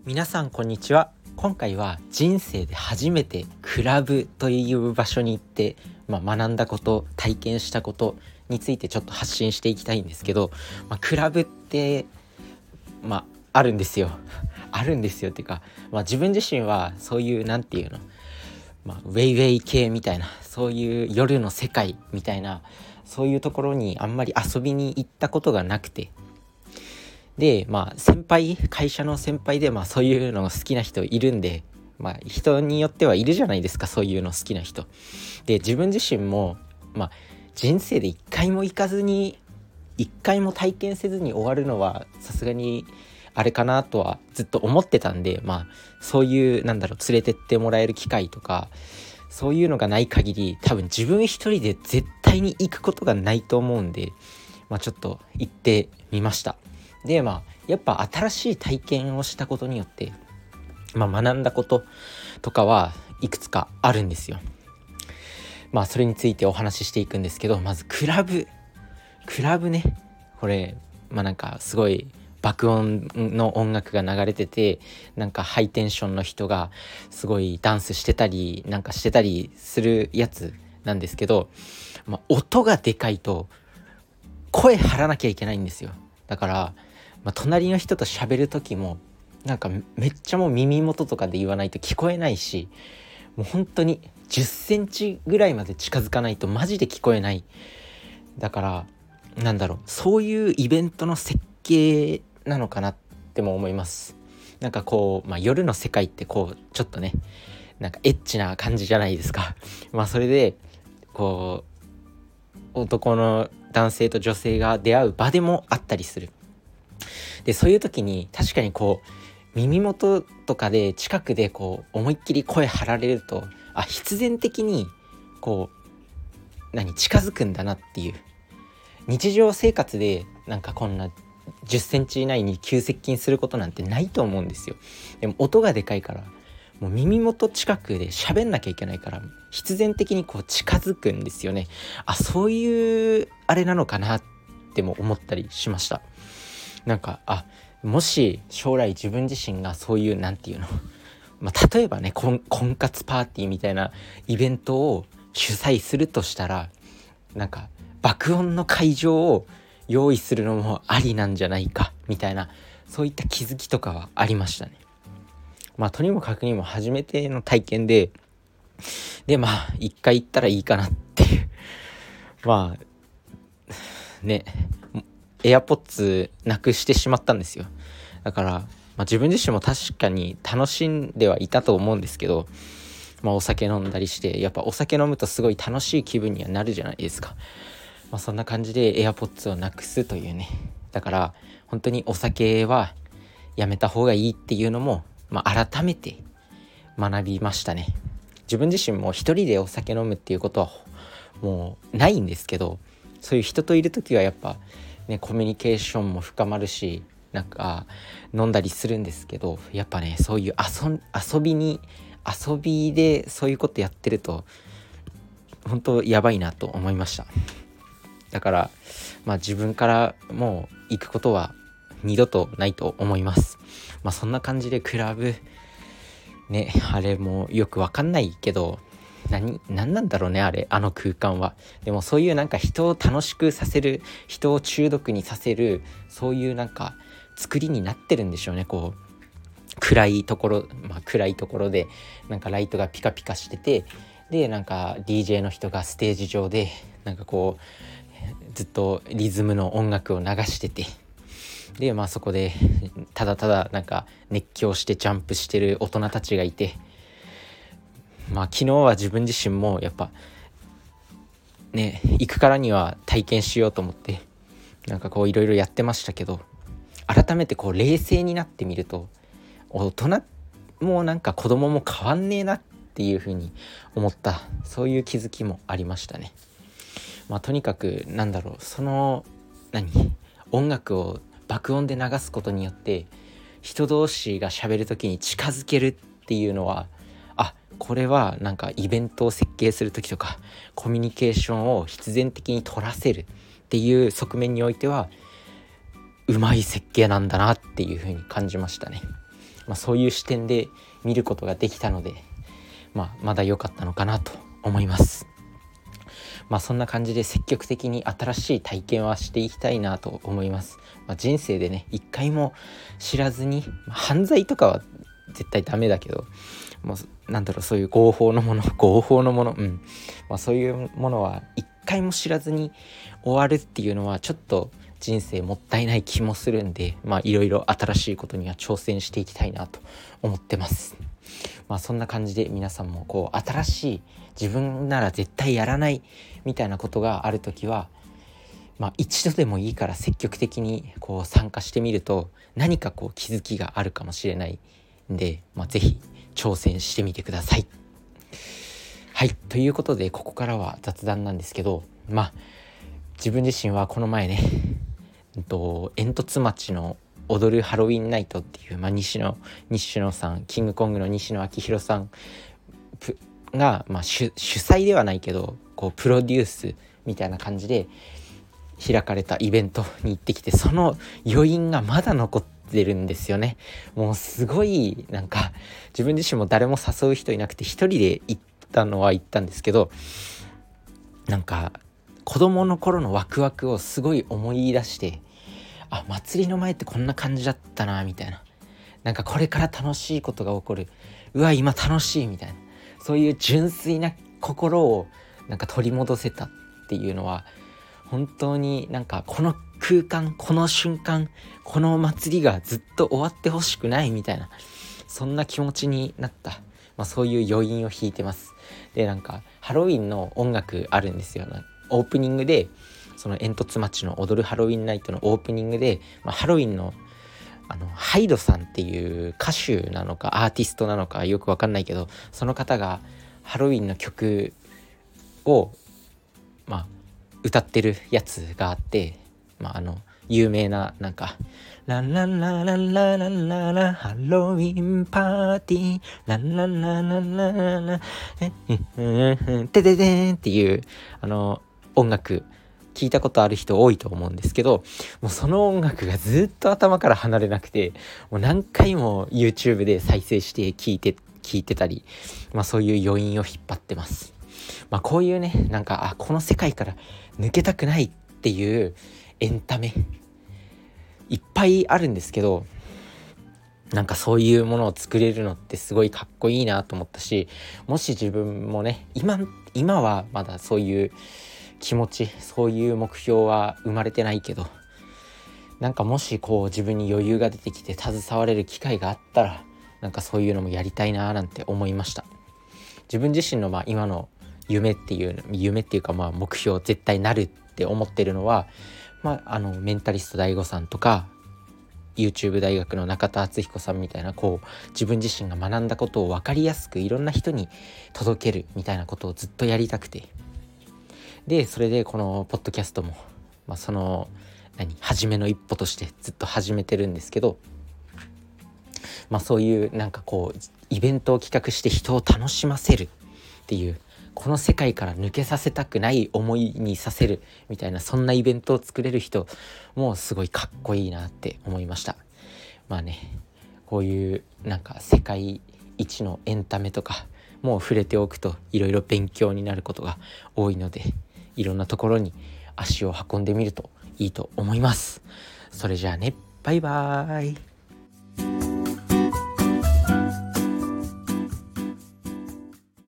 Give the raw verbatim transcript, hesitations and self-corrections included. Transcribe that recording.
皆さんこんにちは。今回は人生で初めてクラブという場所に行って、まあ、学んだこと体験したことについてちょっと発信していきたいんですけど、まあ、クラブってまああるんですよあるんですよっていうか、まあ、自分自身はそういうなんていうの、まあ、ウェイウェイ系みたいな、そういう夜の世界みたいな、そういうところにあんまり遊びに行ったことがなくて、でまあ先輩会社の先輩でまあそういうの好きな人いるんで、まあ人によってはいるじゃないですか、そういうの好きな人で。自分自身もまあ人生で一回も行かずに一回も体験せずに終わるのはさすがにあれかなとはずっと思ってたんで、まあそういうなんだろう連れてってもらえる機会とかそういうのがない限り多分自分一人で絶対に行くことがないと思うんで、まあちょっと行ってみました。でまあやっぱ新しい体験をしたことによって、まあ、学んだこととかはいくつかあるんですよ。まあそれについてお話ししていくんですけど、まずクラブクラブね、これまあなんかすごい爆音の音楽が流れてて、なんかハイテンションの人がすごいダンスしてたりなんかしてたりするやつなんですけど、まあ、音がでかいと声張らなきゃいけないんですよ。だからまあ、隣の人と喋る時もなんかめっちゃもう耳元とかで言わないと聞こえないし、もう本当にじゅっセンチぐらいまで近づかないとマジで聞こえない。だからなんだろう、そういうイベントの設計なのかなっても思います。なんかこう、まあ、夜の世界ってこうちょっとねなんかエッチな感じじゃないですかまあそれでこう男の男性と女性が出会う場でもあったりする。でそういう時に確かにこう耳元とかで近くでこう思いっきり声張られると、あ必然的にこう何近づくんだなっていう。日常生活でなんかこんなじゅっセンチ以内に急接近することなんてないと思うんですよ。でも音がでかいからもう耳元近くで喋んなきゃいけないから必然的にこう近づくんですよね。あそういうあれなのかなっても思ったりしました。なんかあもし将来自分自身がそういうなんていうの、まあ、例えばね婚婚活パーティーみたいなイベントを主催するとしたら、なんか爆音の会場を用意するのもありなんじゃないかみたいな、そういった気づきとかはありましたね。まあとにもかくにも初めての体験ででまあ一回行ったらいいかなっていうまあねエアポッツなくしてしまったんですよ。だから、まあ、自分自身も確かに楽しんではいたと思うんですけど、まあ、お酒飲んだりしてやっぱお酒飲むとすごい楽しい気分にはなるじゃないですか。まあ、そんな感じでエアポッツをなくすというね。だから本当にお酒はやめた方がいいっていうのも、まあ、改めて学びましたね。自分自身も一人でお酒飲むっていうことはもうないんですけど、そういう人といる時はやっぱね、コミュニケーションも深まるしなんか飲んだりするんですけど、やっぱねそういう遊遊びに遊びでそういうことやってると本当やばいなと思いました。だからまあ自分からもう行くことは二度とないと思います。まあそんな感じでクラブね、あれもよくわかんないけど何, 何なんだろうねあれあの空間は。でもそういうなんか人を楽しくさせる、人を中毒にさせる、そういうなんか作りになってるんでしょうね。こう暗いところ、まあ暗いところでなんかライトがピカピカしてて、でなんか ディージェー の人がステージ上でなんかこうずっとリズムの音楽を流してて、でまあそこでただただなんか熱狂してジャンプしてる大人たちがいて、まあ昨日は自分自身もやっぱね行くからには体験しようと思ってなんかこういろいろやってましたけど、改めてこう冷静になってみると大人もなんか子供も変わんねえなっていう風に思った、そういう気づきもありましたね。まあとにかくなんだろう、その何音楽を爆音で流すことによって人同士が喋る時に近づけるっていうのは、あこれはなんかイベントを設計する時とかコミュニケーションを必然的に取らせるっていう側面においてはうまい設計なんだなっていう風に感じましたね。 まあ、そういう視点で見ることができたので、まあ、まだ良かったのかなと思います。まあそんな感じで積極的に新しい体験はしていきたいなと思います。まあ、人生でね一回も知らずに、まあ、犯罪とかは絶対ダメだけど、もうなんだろう、そういう合法のもの合法のもの、うん、まあ、そういうものは一回も知らずに終わるっていうのはちょっと人生もったいない気もするんで、まあいろいろ新しいことには挑戦していきたいなと思ってます。まあそんな感じで皆さんもこう新しい自分なら絶対やらないみたいなことがあるときは、まあ一度でもいいから積極的にこう参加してみると何かこう気づきがあるかもしれないんで、まあぜひ挑戦してみてください。はい、ということでここからは雑談なんですけど、まあ自分自身はこの前ね、えっと、煙突町の踊るハロウィンナイトっていう、まあ、西野西野さん、キングコングの西野昭弘さんが、まあ、主, 主催ではないけどこうプロデュースみたいな感じで開かれたイベントに行ってきて、その余韻がまだ残ってるんですよね。もうすごいなんか自分自身も誰も誘う人いなくて一人で行ったのは行ったんですけど、なんか子供の頃のワクワクをすごい思い出して、あ、祭りの前ってこんな感じだったなみたいな、なんかこれから楽しいことが起こる、うわ今楽しいみたいな、そういう純粋な心をなんか取り戻せたっていうのは本当になんかこの空間、この瞬間、この祭りがずっと終わってほしくないみたいな、そんな気持ちになった、まあ、そういう余韻を弾いてます。でなんかハロウィンの音楽あるんですよね。オープニングでその煙突町の踊るハロウィンナイトのオープニングで、まあ、ハロウィンのあのハイドさんっていう歌手なのかアーティストなのかよくわかんないけど、その方がハロウィンの曲をまあ歌ってるやつがあって、まああの有名ななんかランランラランラランララハロウィンパーティーランランラランラララええてててんっていうあの音楽聞いたことある人多いと思うんですけど、もうその音楽がずっと頭から離れなくて、もう何回も YouTube で再生して聞いて聞いてたり、まあそういう余韻を引っ張ってます。まあこういうね、なんかあこの世界から抜けたくないっていうエンタメいっぱいあるんですけど、なんかそういうものを作れるのってすごいかっこいいなと思ったし、もし自分もね今今はまだそういう気持ち、そういう目標は生まれてないけど、なんかもしこう自分に余裕が出てきて携われる機会があったら、なんかそういうのもやりたいななんて思いました。自分自身のまあ今の夢っていう夢っていうかまあ目標絶対なるって思ってるのは、まああのメンタリスト ダイゴ さんとか YouTube 大学の中田敦彦さんみたいな、こう自分自身が学んだことを分かりやすくいろんな人に届けるみたいなことをずっとやりたくて、でそれでこのポッドキャストも、まあ、その何初めの一歩としてずっと始めてるんですけど、まあそういうなんかこうイベントを企画して人を楽しませるっていう、この世界から抜けさせたくない思いにさせるみたいな、そんなイベントを作れる人もすごいかっこいいなって思いました。まあね、こういうなんか世界一のエンタメとかもう触れておくといろいろ勉強になることが多いので、いろんなところに足を運んでみるといいと思います。それじゃあね、バイバーイ。